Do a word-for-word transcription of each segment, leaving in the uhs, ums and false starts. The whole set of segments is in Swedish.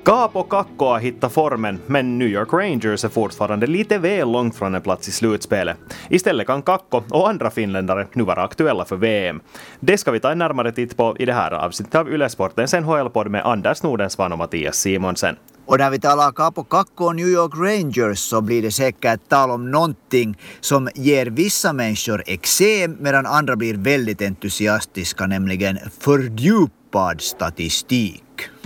Kaapo Kakko har hittat formen, men New York Rangers är fortfarande lite väl långt från en plats i slutspelet. Istället kan Kakko och andra finländare nu vara aktuella för V M. Det ska vi ta en närmare titt på i det här avsnittet av Yle Sportens N H L-podd med Anders Nordensvan och Mattias Simonsen. Och när vi talar Kaapo Kakko och New York Rangers så blir det säkert tal om någonting som ger vissa människor eksem medan andra blir väldigt entusiastiska, nämligen fördjupad statistik.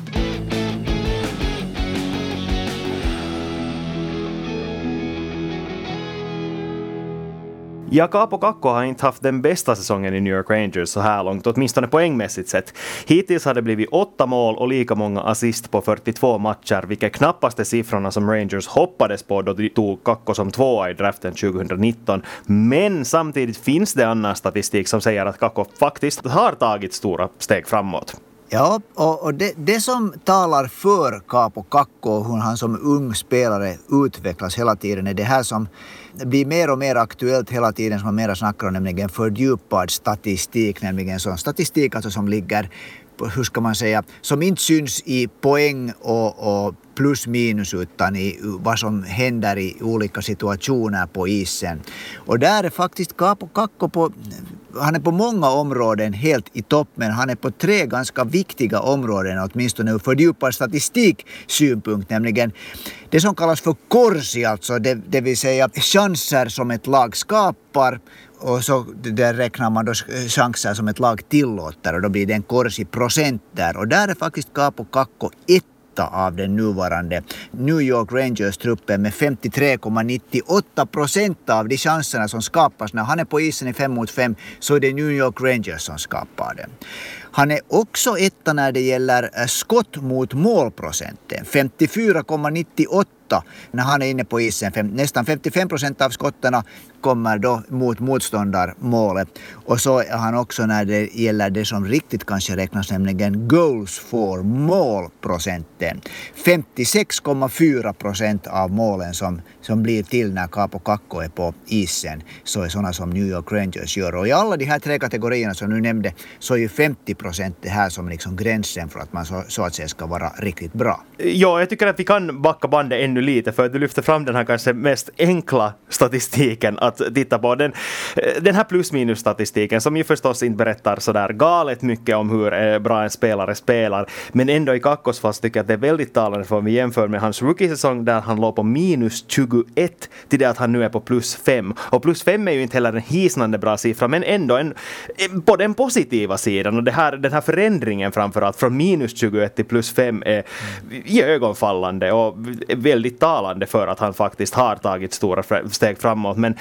Ja, Kaapo Kakko har inte haft den bästa säsongen i New York Rangers så här långt, åtminstone poängmässigt sett. Hittills har det blivit åtta mål och lika många assist på fyrtiotvå matcher, vilket knappast är siffrorna som Rangers hoppades på då de tog Kakko som tvåa i draften tjugonitton. Men samtidigt finns det annan statistik som säger att Kakko faktiskt har tagit stora steg framåt. Ja, och, och det, det som talar för Kaapo Kakko och hur han som ung spelare utvecklas hela tiden är det här som blir mer och mer aktuellt hela tiden som man mer snackar om, nämligen fördjupad statistik, nämligen sån statistik alltså som ligger, hur ska man säga, som inte syns i poäng och, och plus minus utan i vad som händer i olika situationer på isen. Och där är faktiskt Kaapo Kakko på, han är på många områden helt i topp, men han är på tre ganska viktiga områden, åtminstone ur fördjupad statistik synpunkt, nämligen det som kallas för korsi, alltså det, det vill säga chanser som ett lag skapar. Och så där räknar man då chanser som ett lag tillåter och då blir det en korsi procent där. Och där är faktiskt Kaapo Kakko etta av den nuvarande New York Rangers-truppen med femtiotre komma nittioåtta procent av de chanserna som skapas. När han är på isen i fem mot fem så är det New York Rangers som skapar det. Han är också etta när det gäller skott mot målprocenten, femtiofyra komma nittioåtta när han är inne på isen. Fem, nästan femtiofem procent av skottarna kommer då mot motståndarmålet. Och så är han också när det gäller det som riktigt kanske räknas, nämligen goals for målprocenten. femtiosex komma fyra procent av målen som, som blir till när Kaapo Kakko är på isen så är sådana som New York Rangers gör. Och i alla de här tre kategorierna som du nämnde så är ju femtio procent det här som liksom gränsen för att man så, så att säga ska vara riktigt bra. Ja, jag tycker att vi kan backa bandet ännu lite för att du lyfter fram den här kanske mest enkla statistiken att titta på. Den, den här plus-minus-statistiken som ju förstås inte berättar sådär galet mycket om hur bra en spelare spelar, men ändå i Kakkos fall tycker jag att det är väldigt talande för om vi jämför med hans rookie-säsong där han låg på minus tjugoett till det att han nu är på plus fem. Och plus fem är ju inte heller en hisnande bra siffra, men ändå en, på den positiva sidan. Och det här, den här förändringen framförallt från minus tjugoett till plus fem är i ögonfallande och väldigt talande för att han faktiskt har tagit stora steg framåt. Men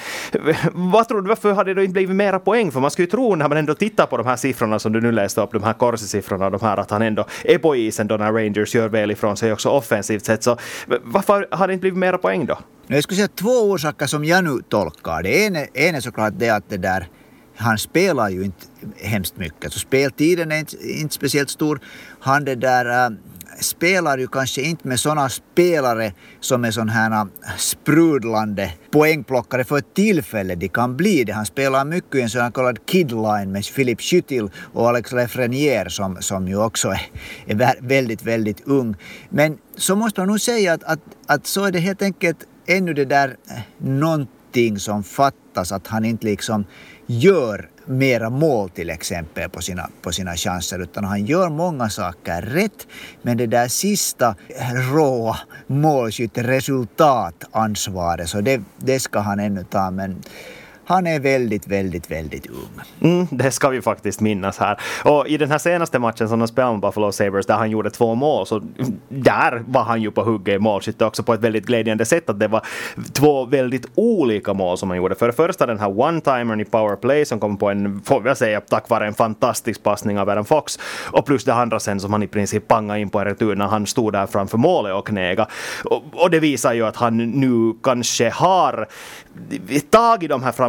vad tror du, varför hade det inte blivit mera poäng? För man skulle ju tro när man ändå tittar på de här siffrorna som du nu läste upp, de här korsesiffrorna, de här att han ändå är på isen då när Rangers gör väl ifrån sig också offensivt sett. Så varför har det inte blivit mera poäng då? Jag skulle säga två orsaker som jag nu tolkar. Det ena, ena är såklart det att det där, han spelar ju inte hemskt mycket. Så speltiden är inte, inte speciellt stor. Han det där... Äh, spelar ju kanske inte med sådana spelare som är sådana här sprudlande poängplockare för ett tillfälle. De kan bli det. Han spelar mycket i en sån kallad kidline med Philippe Schüttil och Alex Lafreniere som, som ju också är, är väldigt, väldigt ung. Men så måste man nog säga att, att, att så är det helt enkelt ännu det där någonting som fattas, att han inte liksom gör mera mål till exempel på sina, på sina chanser, utan han gör många saker rätt, men det där sista råa målskytte resultatansvaret så det, det ska han ännu ta, men han är väldigt, väldigt, väldigt ung. Mm, det ska vi faktiskt minnas här. Och i den här senaste matchen som de spelade med Buffalo Sabres där han gjorde två mål, så där var han ju på hugget i målskytte också på ett väldigt glädjande sätt, att det var två väldigt olika mål som han gjorde. För det första den här one-timern i powerplay som kom på en, får jag säga, tack vare en fantastisk passning av Aaron Fox, och plus det andra sen som han i princip pangade in på en retur när han stod där framför målet och knäga. Och, och det visar ju att han nu kanske har tagit de här fram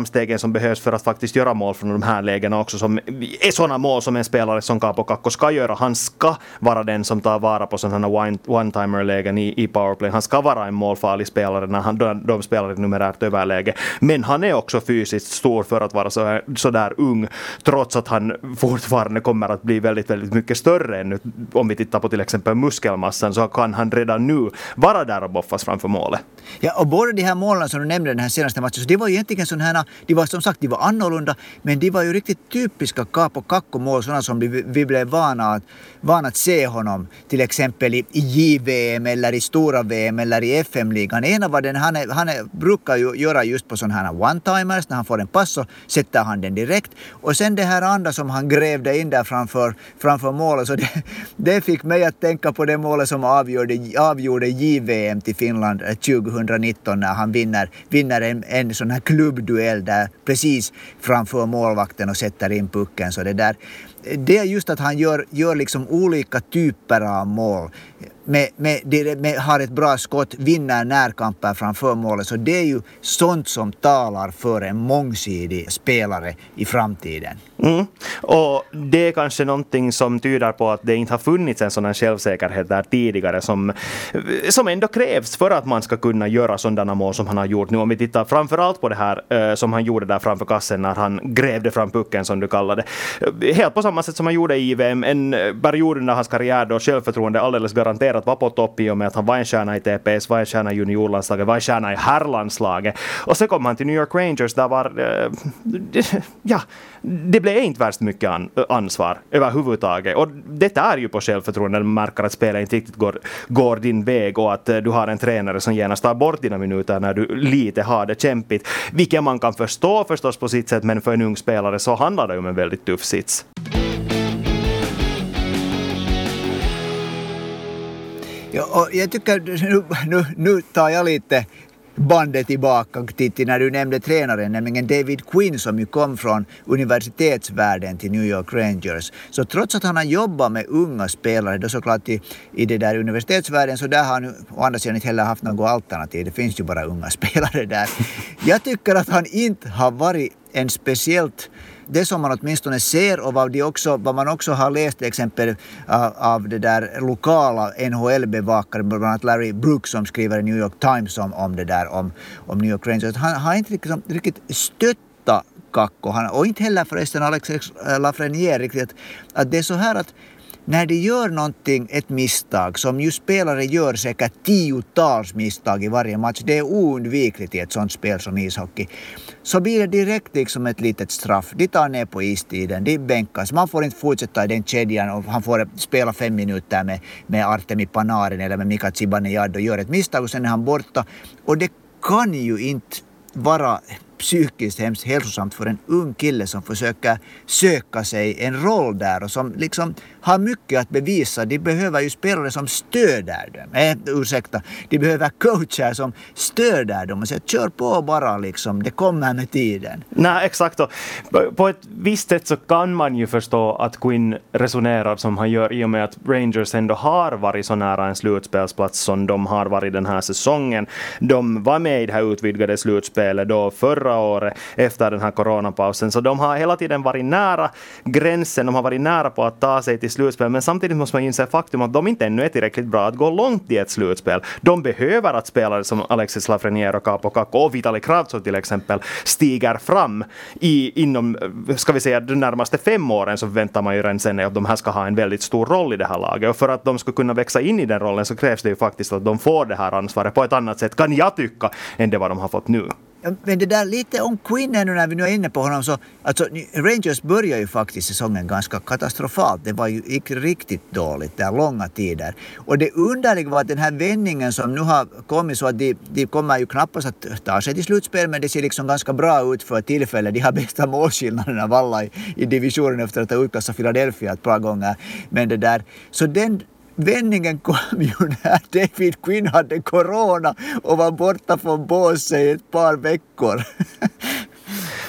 framstegen som behövs för att faktiskt göra mål från de här lägena också, som är sådana mål som en spelare som Kaapo Kakko ska göra. Han ska vara den som tar vara på sådana one-timer-lägen i, i powerplay. Han ska vara en målfarlig spelare när han, de, de spelar i numerärt överläge. Men han är också fysiskt stor för att vara så, så där ung, trots att han fortfarande kommer att bli väldigt, väldigt mycket större än om vi tittar på till exempel muskelmassan, så kan han redan nu vara där och boffas framför målet. Ja, och båda de här målen som du nämnde den här senaste matchen, så det var ju egentligen sådana här, de var som sagt, de var annorlunda, men de var ju riktigt typiska Kaapo Kakko-mål, sådana som vi, vi blev vana att, vana att se honom, till exempel i, i J V M eller i stora V M eller i F M-ligan. Ena var den, han, är, han är, brukar ju göra just på sådana här one-timers, när han får en pass så sätter han den direkt, och sen det här andra som han grävde in där framför, framför målet, så det, det fick mig att tänka på det målet som avgjorde, avgjorde J V M till Finland tjugonitton när han vinner, vinner en, en sån här klubbduell där precis framför målvakten och sätter in pucken. Så det där, det är just att han gör, gör liksom olika typer av mål. Med, med, med, har ett bra skott, vinner närkamper framför målet. Så det är ju sånt som talar för en mångsidig spelare i framtiden. Mm. Och det är kanske någonting som tyder på att det inte har funnits en sån här självsäkerhet där tidigare som, som ändå krävs för att man ska kunna göra sådana mål som han har gjort nu. Om vi tittar framförallt på det här eh, som han gjorde där framför kassen när han grävde fram pucken, som du kallade det. Helt på samma sätt som han gjorde i I V M, en period under hans karriär då självförtroende alldeles garanterat var på topp i och med att han var en stjärna i T P S, var en stjärna i juniorlandslaget, var en stjärna i herrlandslaget. Och så kom han till New York Rangers där var eh, ja, det blev inte värst mycket an, ansvar överhuvudtaget. Och detta är ju på självförtroende. Man märker att spelet inte riktigt går, går din väg och att du har en tränare som gärna tar bort dina minuter när du lite har det kämpigt. Vilket man kan förstå förstås på sitt sätt, men för en ung spelare så handlar det om en väldigt tuff sits. Ja, och jag tycker nu, nu, nu tar jag lite bandet tillbaka till, till när du nämnde tränaren, nämligen David Quinn som ju kom från universitetsvärlden till New York Rangers. Så trots att han har jobbat med unga spelare då såklart i, i det där universitetsvärlden, så där har han å andra sidan inte heller haft något alternativ. Det finns ju bara unga spelare där. Jag tycker att han inte har varit en speciellt, det som man åtminstone ser och vad, de också, vad man också har läst till exempel av, av det där lokala N H L-bevakare, bland annat Larry Brooks som skriver i New York Times om, om det där om, om New York Rangers. Han har inte riktigt, riktigt stöttat Kakko, han, och inte heller förresten Alexis Lafreniere riktigt, att det är så här att när de gör någonting, ett misstag, som ju spelare gör säkert tiotals misstag i varje match, det är oundvikligt i ett sånt spel som ishockey, så blir det direkt liksom ett litet straff. De tar ner på istiden, de bänkas. Man får inte fortsätta i den kedjan och han får spela fem minuter med, med Artemi Panarin eller med Mika Zibanejad och gör ett misstag och sen är han borta. Och det kan ju inte vara psykiskt hemskt hälsosamt för en ung kille som försöker söka sig en roll där och som liksom har mycket att bevisa. De behöver ju spelare som stöder dem. Eh, ursäkta. De behöver coacher som stöder dem och säger kör på bara liksom. Det kommer med tiden. Nej, exakt. På ett visst sätt så kan man ju förstå att Quinn resonerar som han gör i och med att Rangers ändå har varit så nära en slutspelsplats som de har varit den här säsongen. De var med i det här utvidgade slutspelet då förra året efter den här coronapausen. Så de har hela tiden varit nära gränsen. De har varit nära på att ta sig till slutspel. Men samtidigt måste man inse faktum att de inte ännu är tillräckligt bra att gå långt i ett slutspel. De behöver att spelare som Alexis Lafreniere och Kaapo Kakko och Vitali Kravtsov till exempel stiger fram i, inom, ska vi säga, de närmaste fem åren, så väntar man ju redan sen att de här ska ha en väldigt stor roll i det här laget. Och för att de ska kunna växa in i den rollen så krävs det ju faktiskt att de får det här ansvaret på ett annat sätt, kan jag tycka, än det vad de har fått nu. Men det där lite om Quinn nu när vi nu är inne på honom, så alltså Rangers börjar ju faktiskt säsongen ganska katastrofalt. Det var ju riktigt dåligt där långa tider. Och det underliga var att den här vändningen som nu har kommit, så att de, de kommer ju knappast att ta sig till slutspel, men det ser liksom ganska bra ut för tillfället. De har bästa målskillnaden av alla i, i divisionen efter att ha utklassat Philadelphia ett par gånger. Men det där, så den vändningen kom ju när David Quinn hade corona och var borta från båset i ett par veckor.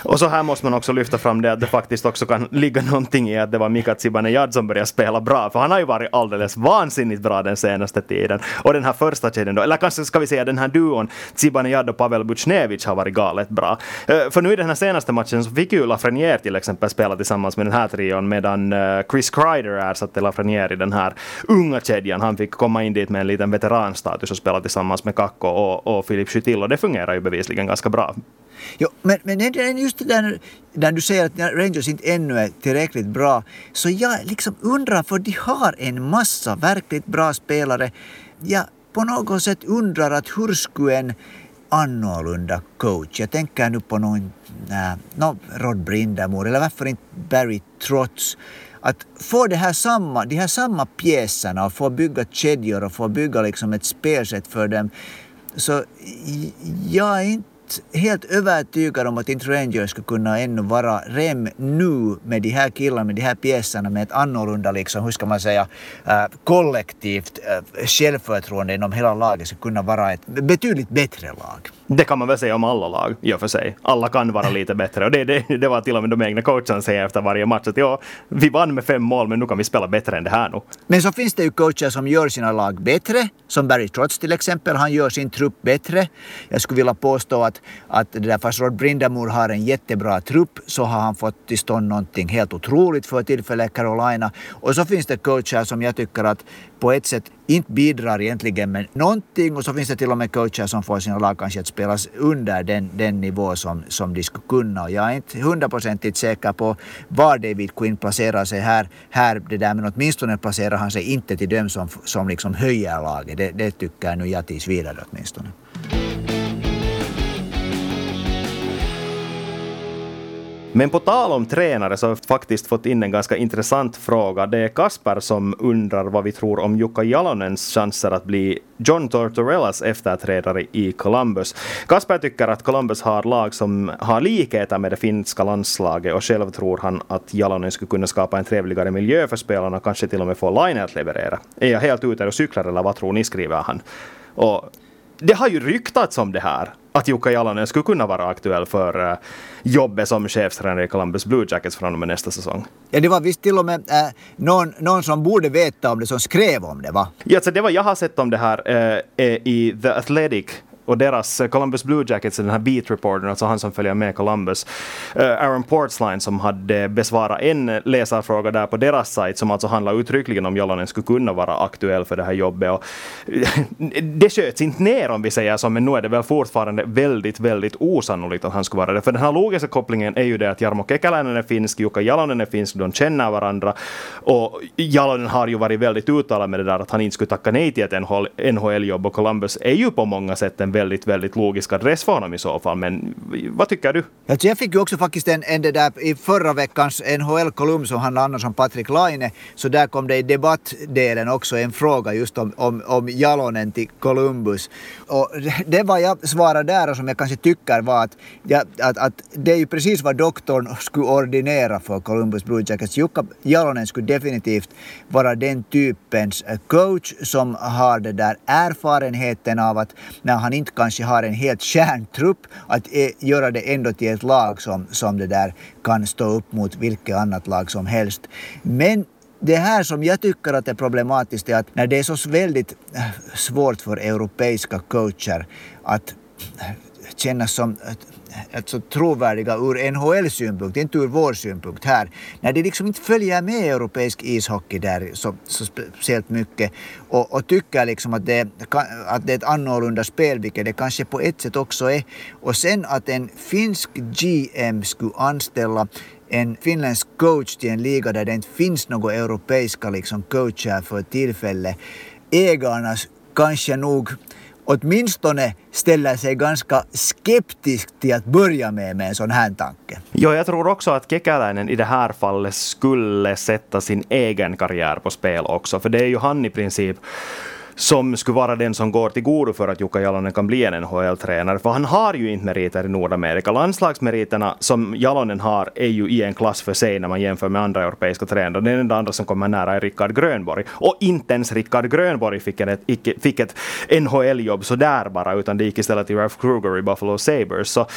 Och så här måste man också lyfta fram det att det faktiskt också kan ligga någonting i att det var Mika Zibanejad som började spela bra, för han har ju varit alldeles vansinnigt bra den senaste tiden. Och den här första kedjan då, eller kanske ska vi säga den här duon Zibanejad och Pavel Buchnevich har varit galet bra. För nu i den här senaste matchen så fick ju Lafreniere till exempel spela tillsammans med den här trion, medan Chris Kreider ersatte Lafreniere i den här unga kedjan. Han fick komma in dit med en liten veteranstatus och spela tillsammans med Kakko och, och Filip Chytil, och det fungerar ju bevisligen ganska bra. Jo, men, men just det där när du säger att Rangers inte ännu är tillräckligt bra, så jag liksom undrar, för de har en massa verkligt bra spelare. Jag på något sätt undrar att hur skulle en annorlunda coach, jag tänker nu på någon äh, no, Rod Brindamore eller varför inte Barry Trotz, att få det här samma, de här samma pjäserna och få bygga kedjor och få bygga liksom ett spelsätt för dem. Så jag är inte helt övertygad om att inte Rangers skulle kunna ännu vara rem nu med de här killarna, med de här pjäserna, med ett annorlunda liksom, hur ska man säga, äh, kollektivt äh, självförtroende inom hela laget skulle kunna vara ett betydligt bättre lag. Det kan man väl säga om alla lag, i och för sig. Alla kan vara lite bättre. Och det, det, det var till och med de egna coacherna säger efter varje match att ja, vi vann med fem mål, men nu kan vi spela bättre än det här nu. Men så finns det ju coacher som gör sina lag bättre, som Barry Trotz till exempel. Han gör sin trupp bättre. Jag skulle vilja påstå att, att det där, fast Rod Brindamore har en jättebra trupp, så har han fått till stånd någonting helt otroligt för tillfället Carolina. Och så finns det coacher som jag tycker att på ett sätt inte bidrar egentligen med någonting, och så finns det till och med coacher som får sina lag kanske att spelas under den, den nivå som, som de skulle kunna. Och jag är inte hundraprocentigt säker på var David Quinn placerar sig här, här det där, men åtminstone placerar han sig inte till dem som, som liksom höjer laget. Det, det tycker jag nu jag tills vidare åtminstone. Men på tal om tränare så har vi faktiskt fått in en ganska intressant fråga. Det är Kasper som undrar vad vi tror om Jukka Jalonens chanser att bli John Tortorellas efterträdare i Columbus. Kasper tycker att Columbus har lag som har likheter med det finska landslaget, och själv tror han att Jalonen skulle kunna skapa en trevligare miljö för spelarna och kanske till och med få Laine att leverera. Är jag helt ute och cyklar eller vad tror ni, skriver han. Och det har ju ryktats om det här, att Jukka Jalonen skulle kunna vara aktuell för uh, jobbet som chefstränare i Columbus Blue Jackets från och med nästa säsong. Ja, det var visst till och med äh, någon, någon som borde veta om det som skrev om det, va? Ja, så det var jag har sett om det här uh, i The Athletic. Och deras Columbus Blue Jackets, den här beat reportern, alltså han som följer med Columbus, uh, Aaron Portsline, som hade besvarat en läsarfråga där på deras sajt som alltså handlar uttryckligen om Jalonen skulle kunna vara aktuell för det här jobbet. Och det sköts inte ner om vi säger så, men nu är det väl fortfarande väldigt, väldigt osannolikt att han skulle vara det. För den här logiska kopplingen är ju det att Jarmo Kekäläinen är finsk, Jukka Jalonen är finsk, de känner varandra. Och Jalonen har ju varit väldigt uttalad med det där att han inte skulle tacka nej till ett N H L-jobb, och Columbus är ju på många sätt en väldigt, väldigt logisk adress för honom i så fall. Men vad tycker du? Alltså jag fick ju också faktiskt en, en det där i förra veckans N H L-kolumn som handlade annars om Patrik Laine, så där kom det i debattdelen också en fråga just om, om, om Jalonen till Columbus. Och det var jag svarade där, och som jag kanske tycker var att, ja, att, att det är ju precis vad doktorn skulle ordinera för Columbus Blue Jackets. Jukka Jalonen skulle definitivt vara den typens coach som har det där erfarenheten av att när han inte kanske har en helt kärntrupp, att e- göra det ändå till ett lag som, som det där kan stå upp mot vilket annat lag som helst. Men det här som jag tycker att är problematiskt är att när det är så väldigt svårt för europeiska coacher att kännas som alltså trovärdiga ur N H L-synpunkt, inte ur vår synpunkt här. När det liksom inte följer med europeisk ishockey där så, så speciellt mycket och, och tycker liksom att det, att det är ett annorlunda spel, vilket det kanske på ett sätt också är. Och sen att en finsk G M skulle anställa en finländsk coach till en liga där det inte finns några europeiska liksom coacher för tillfälle. Ägarnas kanske nog åtminstone ställer sig ganska skeptisk till att börja med med en sån här tanke. Ja, jag tror också att Kekäläinen i det här fallet skulle sätta sin egen karriär på spel också. För det är ju han i princip som skulle vara den som går till godo för att Jukka Jalonen kan bli en N H L-tränare. För han har ju inte meriter i Nordamerika. Landslagsmeriterna som Jalonen har är ju i en klass för sig när man jämför med andra europeiska tränare. Den enda andra som kommer nära är Rickard Grönborg. Och inte ens Rickard Grönborg fick ett, icke, fick ett N H L-jobb så där bara, utan det gick istället till Ralph Kruger i Buffalo Sabres. Så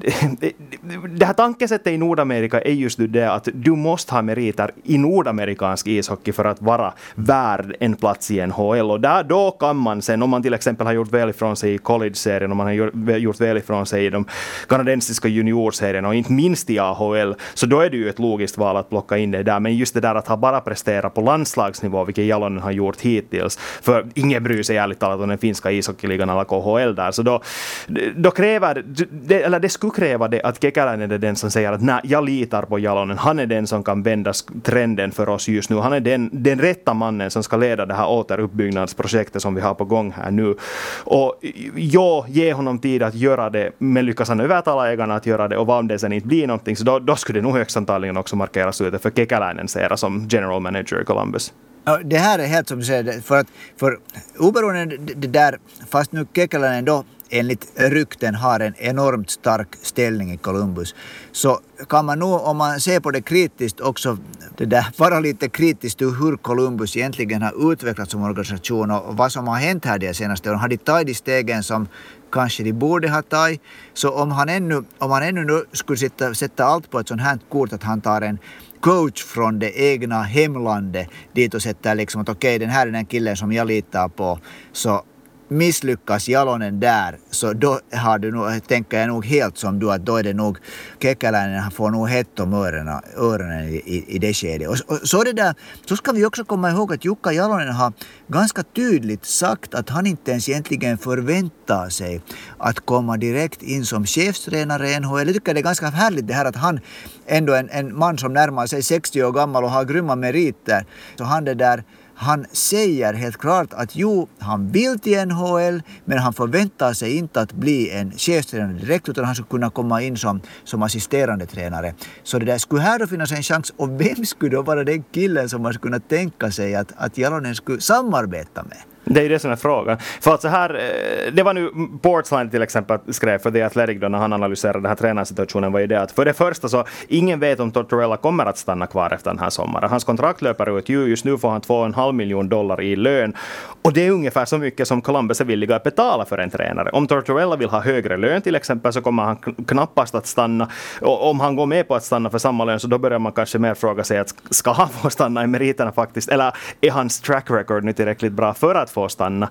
det här tankesättet i Nordamerika är just det att du måste ha meriter i nordamerikansk ishockey för att vara värd en plats i N H L. Och där, då kan man sen, om man till exempel har gjort väl ifrån sig i college-serien, om man har gjort, gjort väl ifrån sig i de kanadensiska juniorserierna och inte minst i A H L, så då är det ju ett logiskt val att plocka in det där. Men just det där att ha bara prestera på landslagsnivå, vilket Jalonen har gjort hittills, för ingen bryr sig ärligt talat om den finska ishockeyligan eller K H L där, så då, då kräver det, eller det skulle kräva det att Kekäläinen är den som säger att nej, jag litar på Jalonen, han är den som kan vända trenden för oss just nu, han är den, den rätta mannen som ska leda det här återuppbyggnadsprojektet som vi har på gång här nu. Och ja, ge honom tid att göra det, men lyckas han övertala ägarna att göra det, och om det sen inte blir någonting, så då, då skulle det nog högst antagligen också markeras ut för Kekäläinens era som general manager i Columbus. Ja, det här är helt som du säger, för att för oberoende det där, fast nu Kekäläinen då enligt rykten har en enormt stark ställning i Columbus, så kan man nog, om man ser på det kritiskt också, det där, vara lite kritiskt till hur Columbus egentligen har utvecklats som organisation och vad som har hänt här de senaste åren. Har de tagit de stegen som kanske de borde ha tagit? Så om han ännu, om han ännu nu skulle sätta, sätta allt på ett sånt här kort att han tar en coach från det egna hemlandet dit och sätter liksom att okej, okay, den här är den killen som jag litar på, så misslyckas Jalonen där, så då har du nog, tänker jag nog helt som du, att då är det nog Kekäläinen, han får nog hett om öronen, öronen i, i, i det skedet. Och, och så det där, så ska vi också komma ihåg att Jukka Jalonen har ganska tydligt sagt att han inte ens egentligen förväntar sig att komma direkt in som chefstränare i N H L. Jag tycker det är ganska härligt det här att han ändå en, en man som närmar sig sextio år gammal och har grymma meriter, så han det där, han säger helt klart att jo, han vill till N H L, men han förväntar sig inte att bli en chefstränare direkt, utan han skulle kunna komma in som, som assisterande tränare. Så det där skulle här då finnas en chans, och vem skulle då vara den killen som man skulle kunna tänka sig att, att Jalonen skulle samarbeta med? Det är ju det som är frågan. För att så här, det var nu Portsline till exempel skrev för The Athletic då när han analyserade den här tränarsituationen, var ju det att för det första så ingen vet om Tortorella kommer att stanna kvar efter den här sommaren. Hans kontrakt löper ut ju, just nu får han två och en halv miljon dollar i lön, och det är ungefär så mycket som Columbus är villiga att betala för en tränare. Om Tortorella vill ha högre lön till exempel, så kommer han knappast att stanna, och om han går med på att stanna för samma lön, så då börjar man kanske mer fråga sig att ska han få stanna i meriterna faktiskt, eller är hans track record nu tillräckligt bra för att få stanna.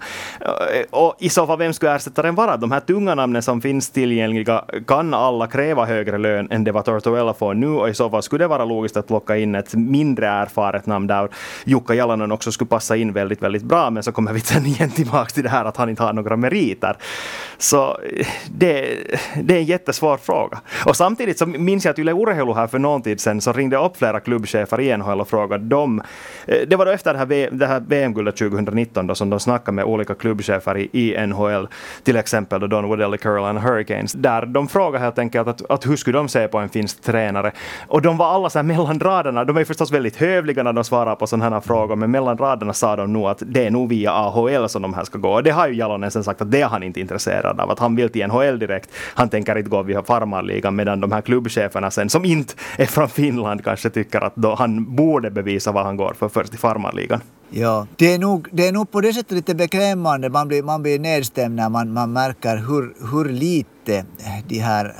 Och i så fall, vem skulle ersättaren vara? De här tunga namnen som finns tillgängliga, kan alla kräva högre lön än det vad Tortorella får nu, och i så fall skulle det vara logiskt att plocka in ett mindre erfaret namn där Jukka Jalonen också skulle passa in väldigt, väldigt bra, men så kommer vi sen igen tillbaka till det här att han inte har några meriter. Så det, det är en jättesvår fråga. Och samtidigt så minns jag att Yle Urheilu här för någon tid sedan så ringde upp flera klubbchefer i N H L och frågade dem. Det var då efter det här, v- det här V M-guldet tjugonitton då, som de snackade med olika klubbchefer i, i N H L, till exempel då Don Waddell i Carolina Hurricanes, där de frågade helt enkelt att, att hur skulle de se på en finsk tränare, och de var alla så här mellan raderna, de är förstås väldigt hövliga när de svarar på sådana här frågor, men mellan raderna sa de nog att det är nog via A H L som de här ska gå, och det har ju Jalonen sen sagt att det är han inte intresserad av, att han vill till N H L direkt, han tänker inte gå via farmarligan, medan de här klubbcheferna sen, som inte är från Finland, kanske tycker att då han borde bevisa vad han går för först i farmarligan. Ja, det är nog, det är nog på det sättet lite beklämmande. Man blir, man blir nedstämd när man, man märker hur, hur lite de här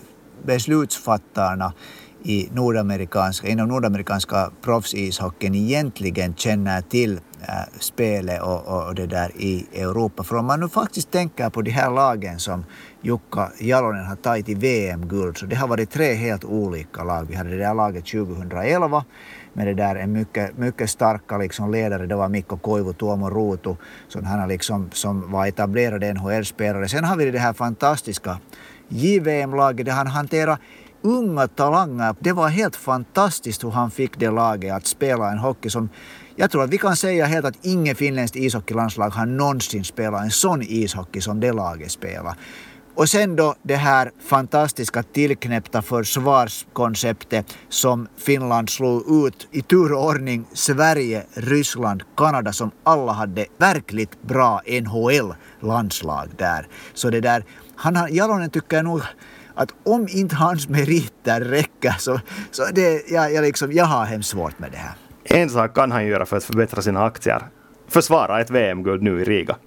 beslutsfattarna i nordamerikanska, inom nordamerikanska proffsishockeyn egentligen känner till äh, spelet och, och, och det där i Europa. För om man nu faktiskt tänker på de här lagen som Jukka Jalonen har tagit i V M-guld, så det har varit tre helt olika lag. Vi hade det där laget tjugohundraelva med det där en mycket, mycket starka liksom ledare. Det var Mikko Koivu, Tuomo Ruutu som, han liksom, som var etablerade N H L-spelare. Sen har vi det här fantastiska J V M-laget där han hanterar unga talanger. Det var helt fantastiskt hur han fick det laget att spela en hockey som, jag tror att vi kan säga helt att ingen finländskt ishockeylandslag har någonsin spelat en sån ishockey som det laget spelar. Och sen då det här fantastiska tillknäppta försvarskonceptet som Finland slog ut i tur och ordning Sverige, Ryssland, Kanada som alla hade verkligt bra N H L-landslag där. Så det där, han har, Jalonen tycker nog att om inte hans meriter räcker så, så det, jag, jag, liksom, jag har hemskt svårt med det här. En sak kan han göra för att förbättra sina aktier. Försvara ett V M-guld nu i Riga.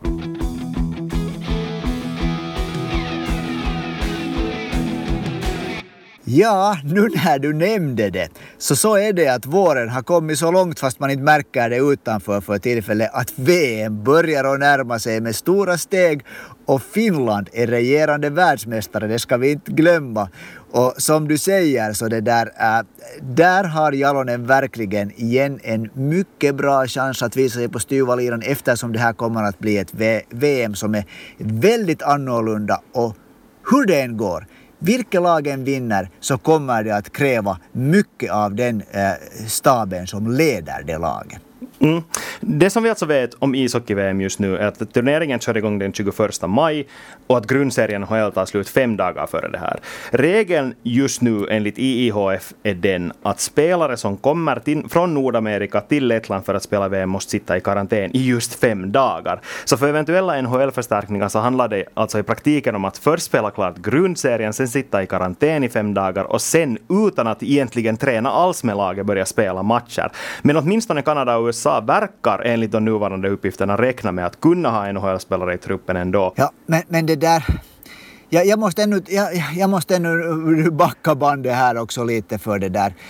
Ja, nu när du nämnde det, så så är det att våren har kommit så långt fast man inte märker det utanför för tillfället att V M börjar att närma sig med stora steg och Finland är regerande världsmästare, det ska vi inte glömma. Och som du säger så det där, äh, där har Jalonen verkligen igen en mycket bra chans att visa sig på styva liran eftersom det här kommer att bli ett v- VM som är väldigt annorlunda och hur det än går. Vilka lagen vinner så kommer det att kräva mycket av den eh, staben som leder det laget. Mm. Det som vi alltså vet om ishockey-V M just nu är att turneringen kör igång den tjugoförsta maj och att grundserien H L tar slut fem dagar före det här. Regeln just nu enligt I I H F är den att spelare som kommer till, från Nordamerika till Lettland för att spela V M måste sitta i karantän i just fem dagar. Så för eventuella N H L-förstärkningar så handlar det alltså i praktiken om att först spela klart grundserien, sen sitta i karantän i fem dagar och sen utan att egentligen träna alls med laget börja spela matcher. Men åtminstone Kanada och U S A verkar enligt de nuvarande uppgifterna räkna med att kunna ha N H L-spelare i truppen ändå. Ja, men, men det där... Jag, jag måste ännu, jag, jag måste ännu backa bandet här också lite för det där.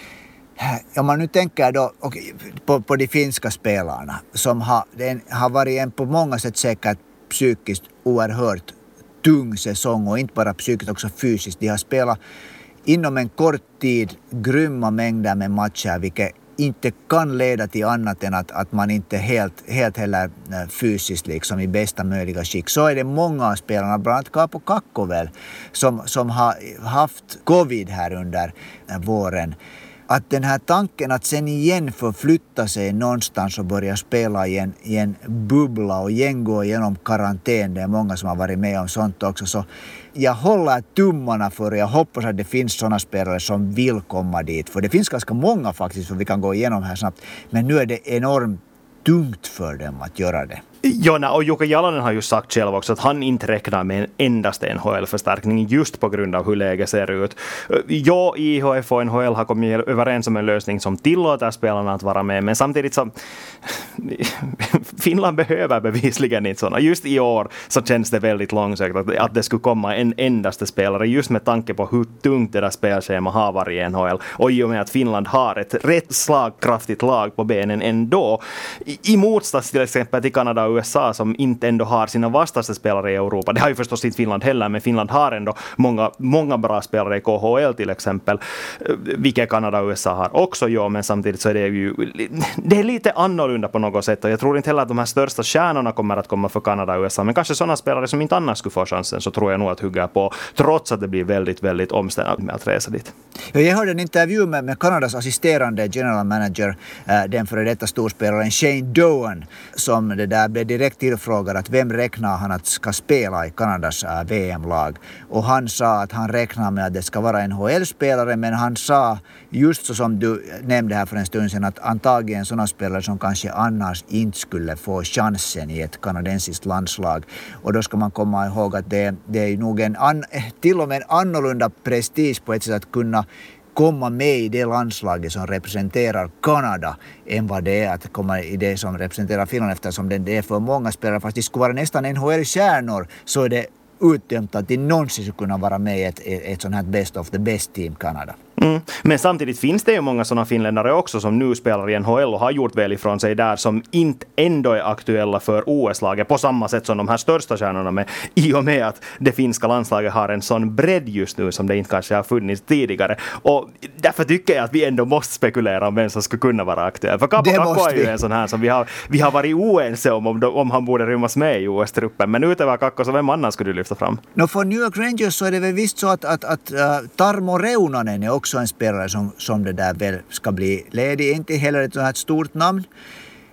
Om man nu tänker då okay, på, på de finska spelarna som har, den, har varit en på många sätt säkert psykiskt oerhört tung säsong och inte bara psykiskt också fysiskt. De har spelat inom en kort tid grymma mängder med matcher vilket inte kan leda till annat än att, att man inte helt, helt heller fysiskt liksom i bästa möjliga skick. Så är det många av spelarna, bland annat Kaapo Kakko väl, som, som har haft covid här under våren. Att den här tanken att sen igen förflytta sig någonstans och börja spela i en, i en bubbla och igen gå igenom karantän, det är många som har varit med om sånt också. Så jag håller tummarna för och jag hoppas att det finns sådana spelare som vill komma dit. För det finns ganska många faktiskt, för vi kan gå igenom här snabbt. Men nu är det enormt tungt för dem att göra det. Ja, och Jukka Jalonen har ju sagt själv också att han inte räknar med en endaste N H L-förstärkning just på grund av hur läget ser ut. Ja, I H F och N H L har kommit överens om en lösning som tillåter spelarna att vara med, men samtidigt så Finland behöver bevisligen inte sådana. Just i år så känns det väldigt långsökt att, att det skulle komma en endaste spelare just med tanke på hur tungt det där spelschema har varit i N H L och i och med att Finland har ett rätt slagkraftigt lag på benen ändå. I, i motsats till exempel till Kanada och U S A som inte ändå har sina vastaste spelare i Europa. Det har ju förstås inte Finland heller, men Finland har ändå många, många bra spelare i K H L till exempel, vilket Kanada och U S A har också, ja, men samtidigt så är det ju det är lite annorlunda på något sätt och jag tror inte heller att de här största stjärnorna kommer att komma för Kanada och U S A, men kanske sådana spelare som inte annars skulle få chansen så tror jag nog att hugga på, trots att det blir väldigt, väldigt omständigt med att resa dit. Jag hörde en intervju med, med Kanadas assisterande general manager, den före detta storspelaren Shane Doan, som det där blev direkt tillfrågad att vem räknar han att ska spela i Kanadas äh, V M-lag. Och han sa att han räknar med att det ska vara en N H L-spelare, men han sa just så som du nämnde här för en stund sedan att antagligen sådana spelare som kanske annars inte skulle få chansen i ett kanadensiskt landslag. Och då ska man komma ihåg att det, det är nog en an, till och med en annorlunda prestige på ett sätt att kunna komma med i det landslaget som representerar Kanada än vad det är att komma i det som representerar Finland, eftersom det är för många spelare. Fast det skulle vara nästan N H L-stjärnor så är det utdömt att de någonsin skulle kunna vara med i ett, ett sånt här best of the best team Kanada. Mm. Men samtidigt finns det ju många sådana finländare också som nu spelar i N H L och har gjort väl ifrån sig där som inte ändå är aktuella för O S-laget på samma sätt som de här största stjärnorna med, i och med att det finska landslaget har en sån bredd just nu som det inte kanske har funnits tidigare. Och därför tycker jag att vi ändå måste spekulera om vem som skulle kunna vara aktuell. För Kaapo Kakko är ju en sån här som vi har, vi har varit oense om, om om han borde rymmas med i O S-truppen. Men utöver Kakko så vem annan skulle du lyfta fram? No, för New York Rangers så är det väl visst så att, att, att uh, Tarmo Reunanen är också en spelare som, som det där väl ska bli ledig. Inte heller ett sådant här stort namn.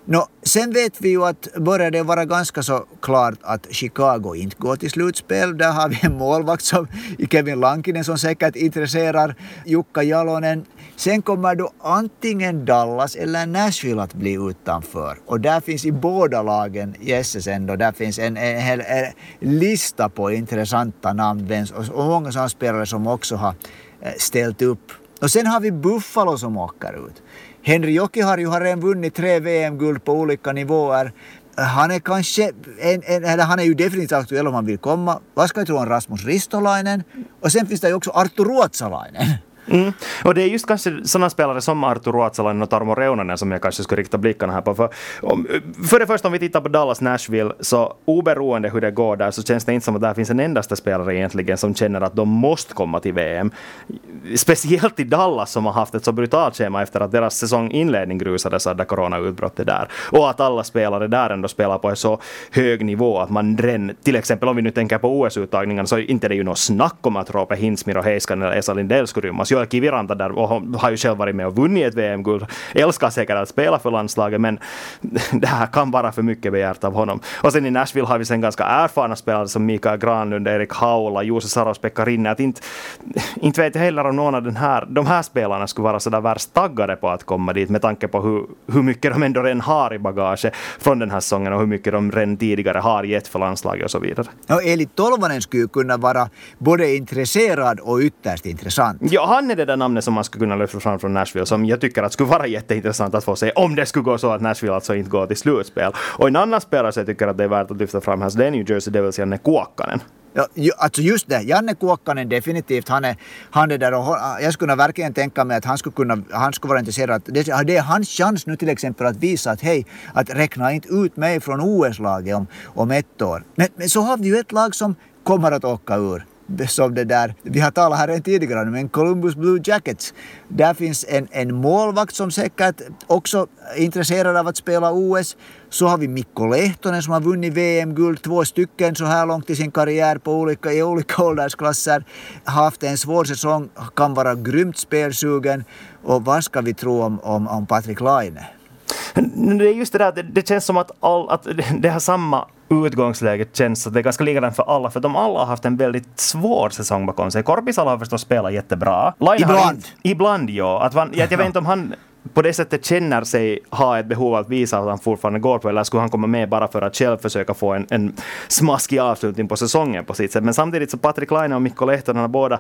No, sen vet vi ju att börjar det vara ganska så klart att Chicago inte går till slutspel. Där har vi en målvakt som Kevin Lankinen som säkert intresserar Jukka Jalonen. Sen kommer då antingen Dallas eller Nashville att bli utanför. Och där finns i båda lagen i S S N då, där finns en, en hel en lista på intressanta namn och, och många sådana spelare som också har ställt upp. Och sen har vi Buffalo som åker ut. Henri Jokiharju har redan vunnit tre V M-guld på olika nivåer. Han är kanske, en, en, eller han är ju definitivt aktuell om han vill komma. Vad ska jag tro om Rasmus Ristolainen? Och sen finns det ju också Arttu Ruotsalainen. Mm. Och det är just kanske sådana spelare som Arttu Ruotsalainen och Tarmo Reunanen som jag kanske skulle rikta blickarna här på. För, om, för det första, om vi tittar på Dallas Nashville, så oberoende hur det går där så känns det inte som att där finns en endaste spelare egentligen som känner att de måste komma till V M. Speciellt i Dallas som har haft ett så brutalt schema efter att deras säsonginledning grusades av coronautbrottet där. Och att alla spelare där ändå spelar på en så hög nivå att man redan, till exempel om vi nu tänker på O S-uttagningen, så är inte det ju något snack om att Roope Hinsmir och Heiskanen eller Esa Lindell skulle rymmas. Joel Kiviranta där och har ju själv varit med och vunnit ett V M-guld. Älskar säkert att spela för landslaget, men det här kan vara för mycket begärt av honom. Och sen i Nashville har vi sen ganska erfarna spelare som Mikael Granlund, Erik Haula, Juuse Saros, Pekka Rinne. Att inte, inte vet jag heller om någon av den här, de här spelarna skulle vara så där värst taggade på att komma dit med tanke på hur, hur mycket de ändå redan har i bagage från den här säsongen och hur mycket de redan tidigare har gett för landslaget och så vidare. Ja, Eli Tolvanen skulle kunna vara både intresserad och ytterst intressant. Ja, han är det där namnet som man skulle kunna lyfta fram från Nashville som jag tycker att skulle vara jätteintressant att få se om det skulle gå så att Nashville alltså inte går till slutspel. Och en annan spelare så jag tycker att det är värt att lyfta fram här, så det är New Jersey Devils Janne Kuokkanen. Ja, alltså just det, Janne Kuokkanen definitivt, han är, han är där och jag skulle verkligen tänka mig att han skulle, kunna, han skulle vara intresserad. Det, det är hans chans nu till exempel att visa att hej, att räkna inte ut mig från O S-laget om, om ett år. Men, men så har vi ju ett lag som kommer att åka ur. Som det där, vi har talat här en tidigare, men Columbus Blue Jackets. Där finns en, en målvakt som säkert också är intresserad av att spela O S. Så har vi Mikko Lehtonen som har vunnit V M-guld, två stycken så här långt i sin karriär på olika, i olika åldersklasser. Haft en svår säsong, kan vara grymt spelsugen. Och vad ska vi tro om, om, om Patrik Laine? Det är just det där, det, det känns som att, all, att det har samma utgångsläget känns att det är ganska likadant för alla, för de alla har haft en väldigt svår säsong bakom sig. Korpisalo har förstås spelat jättebra. Laine ibland. Inte, ibland, ja. Att man, jag, jag vet inte om han på det sättet känner sig ha ett behov att visa att han fortfarande går på, eller skulle han komma med bara för att själv försöka få en, en smaskig avslutning på säsongen på sitt sätt. Men samtidigt så Patrik Laine och Mikko Lehtonen har båda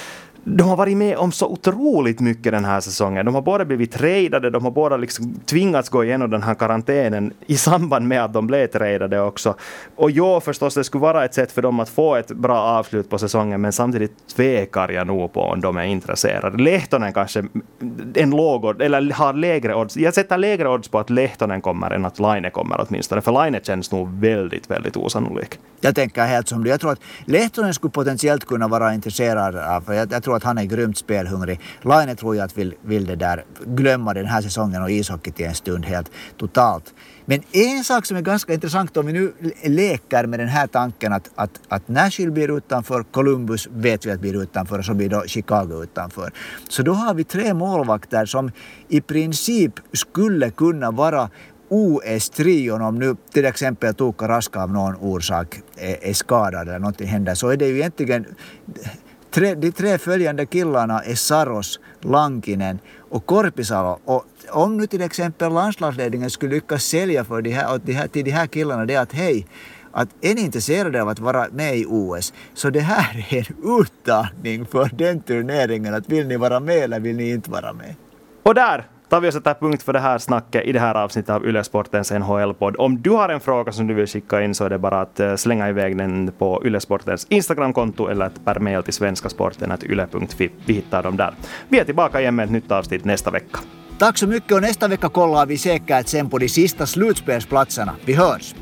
de har varit med om så otroligt mycket den här säsongen. De har båda blivit tradade, de har båda liksom tvingats gå igenom den här karantänen i samband med att de blev tradade också. Och ja, förstås, det skulle vara ett sätt för dem att få ett bra avslut på säsongen, men samtidigt tvekar jag nog på om de är intresserade. Lehtonen kanske en låg, eller har lägre odds. Jag sätter lägre odds på att Lehtonen kommer än att Laine kommer åtminstone, för Laine känns nog väldigt, väldigt osannolik. Jag tänker helt som du. Jag tror att Lehtonen skulle potentiellt kunna vara intresserad av, för jag, jag tror att han är grymt spelhungrig. Laine tror jag att vill, vill det där glömma den här säsongen och ishockey till en stund helt totalt. Men en sak som är ganska intressant om vi nu leker med den här tanken att, att, att Nashville blir utanför, Columbus vet vi att blir utanför och så blir då Chicago utanför. Så då har vi tre målvakter som i princip skulle kunna vara O S-trion om nu till exempel Tuukka Rask av någon orsak är, är skadad eller någonting händer, så är det ju egentligen tre, de tre följande killarna är Saros, Lankinen och Korpisalo. Och om nu till exempel landslagsledningen skulle lyckas sälja för de här, de här, till de här killarna det är att hej, att är ni intresserade av att vara med i O S, så det här är en uttagning för den turneringen, att vill ni vara med eller vill ni inte vara med. Och där tar vi och sätter punkt för det här snacket i det här avsnittet av Yle Sportens N H L-podd. Om du har en fråga som du vill skicka in så är det bara att slänga iväg den på Yle Sportens Instagramkonto eller per mail till svenskasporten at yle punkt fi. Vi hittar dem där. Vi är tillbaka igen med ett nytt avsnitt nästa vecka. Tack så mycket och nästa vecka kollar vi säkert sen på de sista slutspelsplatserna. Vi hörs!